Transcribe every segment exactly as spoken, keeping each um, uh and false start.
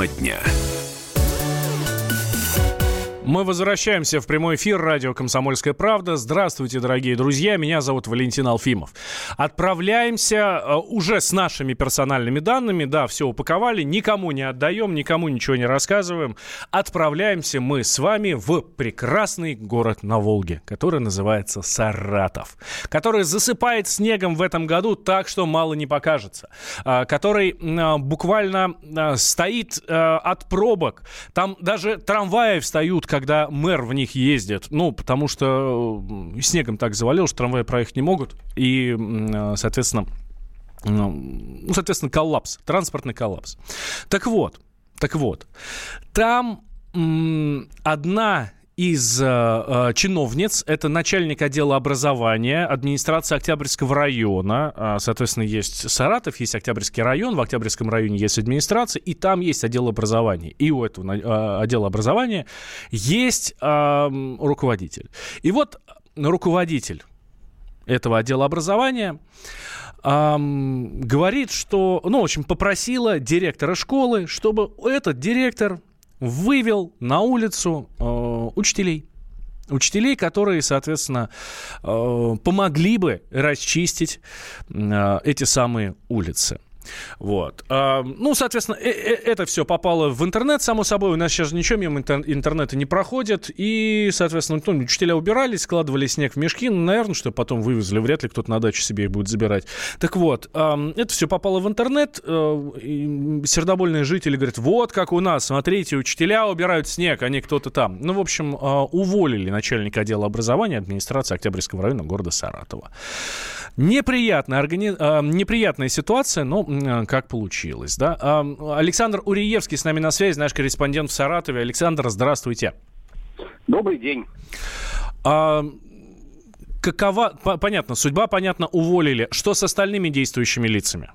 Тема дня. Мы возвращаемся в прямой эфир радио «Комсомольская правда». Здравствуйте, дорогие друзья. Меня зовут Валентин Алфимов. Отправляемся э, уже с нашими персональными данными. Да, все упаковали. Никому не отдаем, никому ничего не рассказываем. Отправляемся мы с вами в прекрасный город на Волге, который называется Саратов. Который засыпает снегом в этом году так, что мало не покажется. Э, который э, буквально э, стоит э, от пробок. Там даже трамваи встают, когда мэр в них ездит, ну, потому что снегом так завалил, что трамваи проехать не могут, и, соответственно, ну, соответственно, коллапс, транспортный коллапс. Так вот, так вот, там м- одна из э, чиновниц, это начальник отдела образования администрации Октябрьского района. Э, соответственно, есть Саратов, есть Октябрьский район, в Октябрьском районе есть администрация, и там есть отдел образования. И у этого э, отдела образования есть э, руководитель. И вот руководитель этого отдела образования э, говорит, что, ну, в общем, попросила директора школы, чтобы этот директор вывел на улицу э, учителей. Учителей, которые, соответственно, э, помогли бы расчистить э, эти самые улицы. Вот. А, ну, соответственно, э- э- это все попало в интернет, само собой. У нас сейчас ничего мимо интер- интернета не проходит. И, соответственно, ну, учителя убирались, складывали снег в мешки. Ну, наверное, что потом вывезли. Вряд ли кто-то на дачу себе их будет забирать. Так вот, э- это все попало в интернет. Э- и сердобольные жители говорят, вот как у нас, смотрите, учителя убирают снег, а не кто-то там. Ну, в общем, э- уволили начальника отдела образования администрации Октябрьского района города Саратова. Неприятная, органи... э, неприятная ситуация, но э, как получилось, да? Э, Александр Уриевский с нами на связи, наш корреспондент в Саратове. Александр, здравствуйте. Добрый день. А, какова, по- понятно, судьба, понятно, уволили. Что с остальными действующими лицами?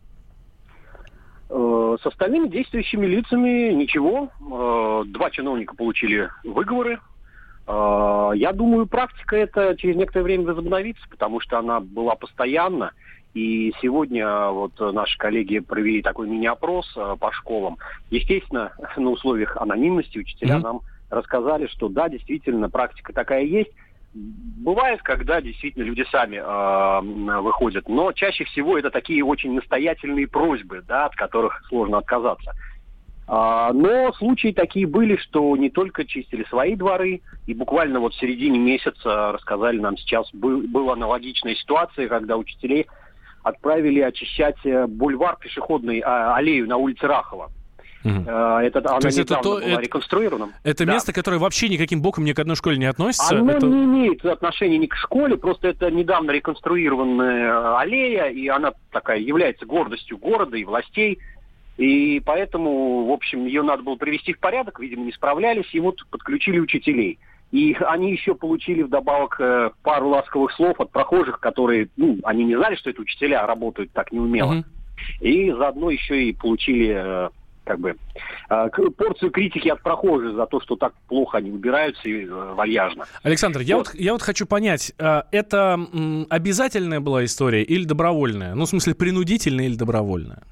Э, С остальными действующими лицами ничего. Э, Два чиновника получили выговоры. Э, Я думаю, практика эта через некоторое время возобновится, потому что она была постоянно. И сегодня вот наши коллеги провели такой мини-опрос э, по школам. Естественно, на условиях анонимности учителя mm-hmm. нам рассказали, что да, действительно, практика такая есть. Бывает, когда действительно люди сами э, выходят, но чаще всего это такие очень настоятельные просьбы, да, от которых сложно отказаться. А, но случаи такие были, что не только чистили свои дворы, и буквально вот в середине месяца рассказали нам сейчас, был, была аналогичная ситуация, когда учителей отправили очищать бульвар, пешеходный, а, аллею на улице Рахова. Угу. Это, она то есть недавно это, то, была это, реконструирована. Это да. место, которое вообще никаким боком ни к одной школе не относится? Оно это... не имеет отношения ни к школе, просто это недавно реконструированная аллея, и она такая является гордостью города и властей. И поэтому, в общем, ее надо было привести в порядок, видимо, не справлялись, и вот подключили учителей. И они еще получили вдобавок э, пару ласковых слов от прохожих, которые, ну, они не знали, что это учителя работают так неумело. Uh-huh. И заодно еще и получили, э, как бы, э, порцию критики от прохожих за то, что так плохо они убираются и э, вальяжно. Александр, я вот, вот, я вот хочу понять, э, это м, обязательная была история или добровольная? Ну, в смысле, принудительная или добровольная?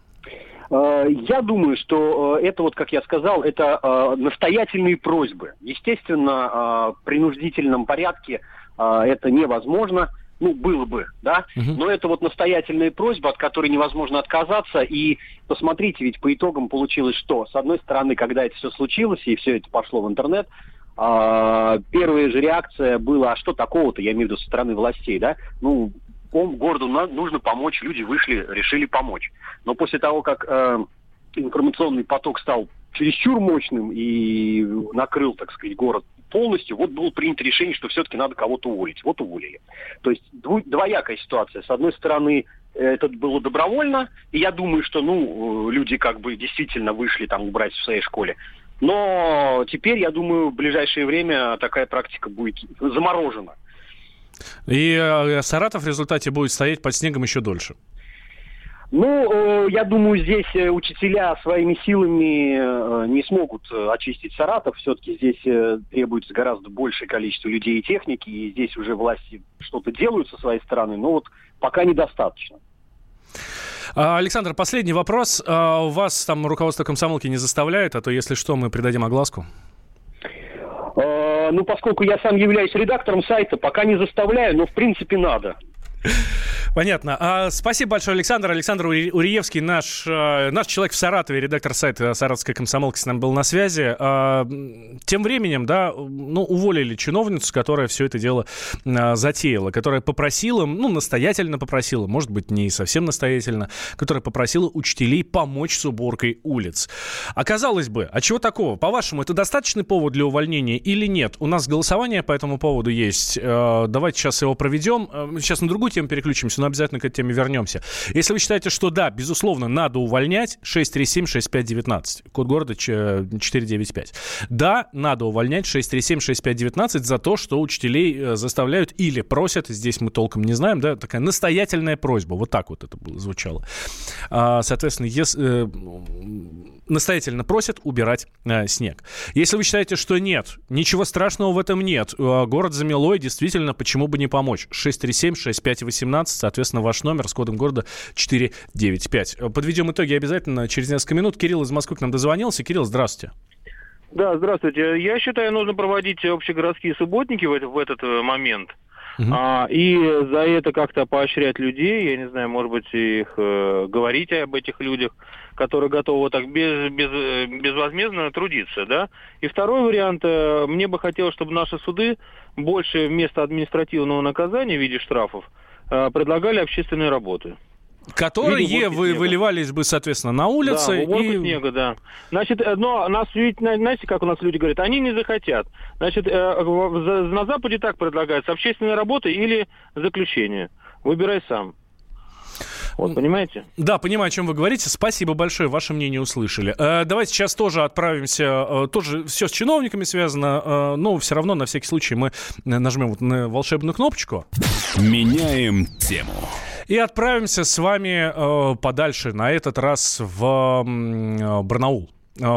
Я думаю, что это, вот как я сказал, это э, настоятельные просьбы. Естественно, э, в принудительном порядке э, это невозможно, ну, было бы, да, uh-huh. но это вот настоятельная просьба, от которой невозможно отказаться. И посмотрите, ведь по итогам получилось что? С одной стороны, когда это все случилось, и все это пошло в интернет, э, первая же реакция была, а что такого-то, я имею в виду со стороны властей, да, ну, городу нужно помочь, люди вышли, решили помочь. Но после того, как э, информационный поток стал чересчур мощным и накрыл, так сказать, город полностью, вот было принято решение, что все-таки надо кого-то уволить. Вот уволили. То есть дву- двоякая ситуация. С одной стороны, это было добровольно, и я думаю, что, ну, люди как бы действительно вышли там убрать в своей школе. Но теперь, я думаю, в ближайшее время такая практика будет заморожена. И э, Саратов в результате будет стоять под снегом еще дольше. Ну, э, я думаю, здесь э, учителя своими силами э, не смогут э, очистить Саратов. Все-таки здесь э, требуется гораздо большее количество людей и техники, и здесь уже власти что-то делают со своей стороны, но вот пока недостаточно. Александр, последний вопрос. У вас там руководство комсомолки не заставляет, а то, если что, мы придадим огласку? Ну, поскольку я сам являюсь редактором сайта, пока не заставляю, но в принципе надо. Понятно. А, спасибо большое, Александр. Александр Уриевский, наш, наш человек в Саратове, редактор сайта «Саратовской комсомолки», с нами был на связи. А, тем временем, да, ну, уволили чиновницу, которая все это дело а, затеяла, которая попросила, ну, настоятельно попросила, может быть, не совсем настоятельно, которая попросила учителей помочь с уборкой улиц. А казалось бы, а чего такого? По-вашему, это достаточный повод для увольнения или нет? У нас голосование по этому поводу есть. А, давайте сейчас его проведем. Сейчас на другую тему переключимся, но обязательно к этой теме вернемся. Если вы считаете, что да, безусловно, надо увольнять, шесть три семь шесть пять один девять, код города четыре девять пять. Да, надо увольнять шесть три семь шесть пять один девять за то, что учителей заставляют или просят, здесь мы толком не знаем, да, такая настоятельная просьба, вот так вот это было, звучало. Соответственно, если, настоятельно просят убирать снег. Если вы считаете, что нет, ничего страшного в этом нет, город замело, и действительно, почему бы не помочь? шесть три семь шесть пять один восемь, соответственно, ваш номер с кодом города четыре девять пять. Подведем итоги обязательно через несколько минут. Кирилл из Москвы к нам дозвонился. Кирилл, здравствуйте. Да, здравствуйте. Я считаю, нужно проводить общегородские субботники в, в этот момент. Uh-huh. А, и за это как-то поощрять людей, я не знаю, может быть, их э, говорить об этих людях, которые готовы так без, без, безвозмездно трудиться, да. И второй вариант, э, мне бы хотелось, чтобы наши суды больше вместо административного наказания в виде штрафов э, предлагали общественные работы. Которые вы, выливались бы, соответственно, на улице. Да, уборку и... снега, да. Значит, но нас, знаете, как у нас люди говорят, они не захотят. Значит, на Западе так предлагается: общественная работа или заключение. Выбирай сам. Вот, понимаете? Да, понимаю, о чем вы говорите. Спасибо большое, ваше мнение услышали. Э, давайте сейчас тоже отправимся, э, тоже все с чиновниками связано, э, но все равно на всякий случай мы нажмем вот на волшебную кнопочку. Меняем тему. И отправимся с вами э, подальше, на этот раз в э, Барнаул.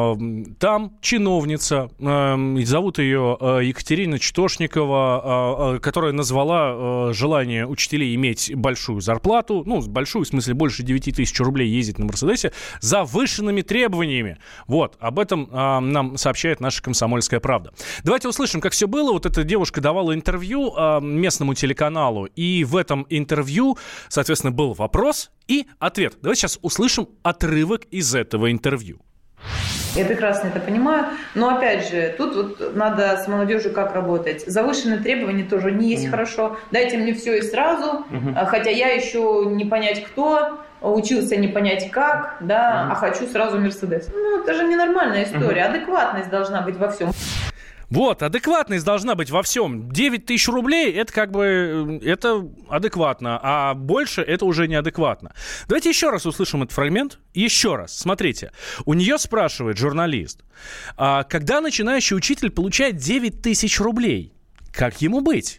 Там чиновница, зовут ее Екатерина Читошникова, которая назвала желание учителей иметь большую зарплату, ну, большую, в смысле, больше девять тысяч рублей ездить на Мерседесе, завышенными требованиями. Вот, об этом нам сообщает наша «Комсомольская правда». Давайте услышим, как все было. Вот эта девушка давала интервью местному телеканалу, и в этом интервью, соответственно, был вопрос и ответ. Давайте сейчас услышим отрывок из этого интервью. Я прекрасно это понимаю, но опять же, тут вот надо с молодежью как работать. Завышенные требования тоже не есть mm. хорошо. Дайте мне все и сразу, mm-hmm. хотя я еще не понять кто, учился не понять как, да, mm-hmm. а хочу сразу Мерседес. Ну, это же ненормальная история, mm-hmm. адекватность должна быть во всем. Вот, адекватность должна быть во всем. девять тысяч рублей, это как бы, это адекватно, а больше это уже неадекватно. Давайте еще раз услышим этот фрагмент. Еще раз, смотрите. У нее спрашивает журналист, а когда начинающий учитель получает девять тысяч рублей, как ему быть?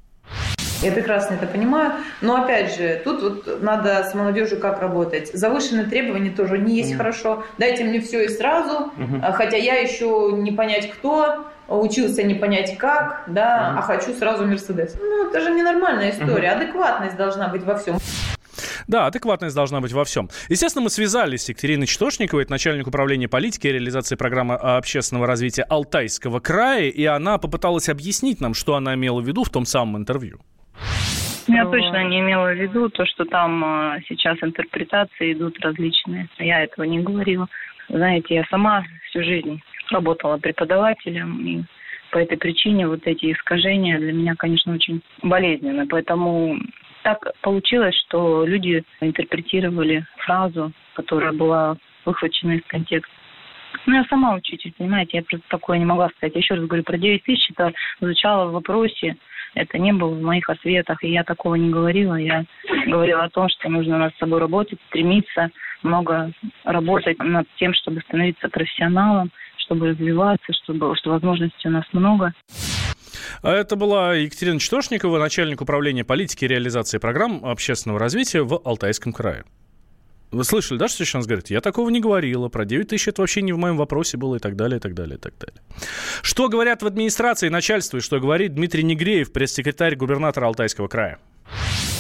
Я прекрасно это понимаю, но опять же, тут вот надо с молодежью как работать. Завышенные требования тоже не есть mm. хорошо. Дайте мне все и сразу, mm-hmm. хотя я еще не понять кто, учился не понять как, да, mm-hmm. а хочу сразу Мерседес. Ну, это же ненормальная история, mm-hmm. адекватность должна быть во всем. Да, адекватность должна быть во всем. Естественно, мы связались с Екатериной Читошниковой, это начальник управления политики и реализации программы общественного развития Алтайского края, и она попыталась объяснить нам, что она имела в виду в том самом интервью. Я точно не имела в виду то, что там э, сейчас интерпретации идут различные. Я этого не говорила. Знаете, я сама всю жизнь работала преподавателем, и по этой причине вот эти искажения для меня, конечно, очень болезненны. Поэтому так получилось, что люди интерпретировали фразу, которая была выхвачена из контекста. Ну, я сама учитель, понимаете, я просто такое не могла сказать. Я еще раз говорю, про девять тысяч это звучало в вопросе, это не было в моих ответах, и я такого не говорила. Я говорила о том, что нужно над собой работать, стремиться, много работать над тем, чтобы становиться профессионалом, чтобы развиваться, чтобы, что возможностей у нас много. Это была Екатерина Читошникова, начальник управления политики и реализации программ общественного развития в Алтайском крае. Вы слышали, да, что сейчас говорит? Я такого не говорила, про девять тысяч это вообще не в моем вопросе было и так далее, и так далее, и так далее. Что говорят в администрации, начальство, и что говорит Дмитрий Негреев, пресс-секретарь губернатора Алтайского края?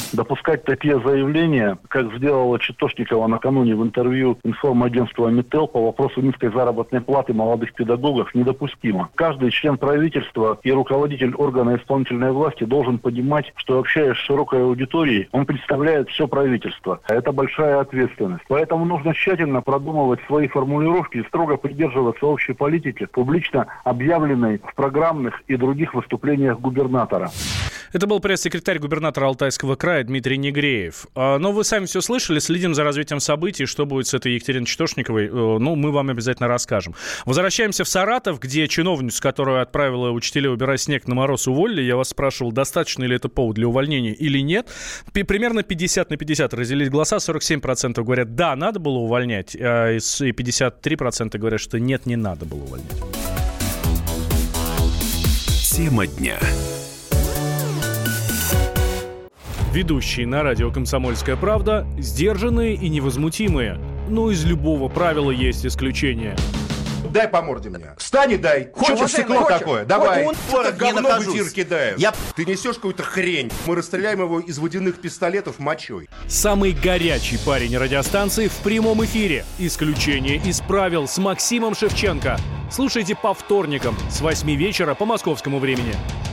допускать такие заявления, как сделала Читошникова накануне в интервью информагентству Амител по вопросу низкой заработной платы молодых педагогов, недопустимо. Каждый член правительства и руководитель органа исполнительной власти должен понимать, что, общаясь с широкой аудиторией, он представляет все правительство. Это большая ответственность. Поэтому нужно тщательно продумывать свои формулировки и строго придерживаться общей политики, публично объявленной в программных и других выступлениях губернатора. Это был пресс-секретарь губернатора Алтайского края Дмитрий Негреев. Но вы сами все слышали, следим за развитием событий. Что будет с этой Екатериной Читошниковой, ну, мы вам обязательно расскажем. Возвращаемся в Саратов, где чиновницу, которую отправила учителей убирать снег на мороз, уволили. Я вас спрашивал, достаточно ли это повод для увольнения или нет. Примерно пятьдесят на пятьдесят разделить голоса. сорок семь процентов говорят, да, надо было увольнять. И пятьдесят три процента говорят, что нет, не надо было увольнять. Тема дня. Ведущие на радио «Комсомольская правда» сдержанные и невозмутимые. Но из любого правила есть исключение. Дай по морде мне. Встань и дай. Хочешь стекло такое? Давай. Вот говно в эфир кидаешь. Я... Ты несешь какую-то хрень. Мы расстреляем его из водяных пистолетов мочой. Самый горячий парень радиостанции в прямом эфире. Исключение из правил с Максимом Шевченко. Слушайте по вторникам с восьми вечера по московскому времени.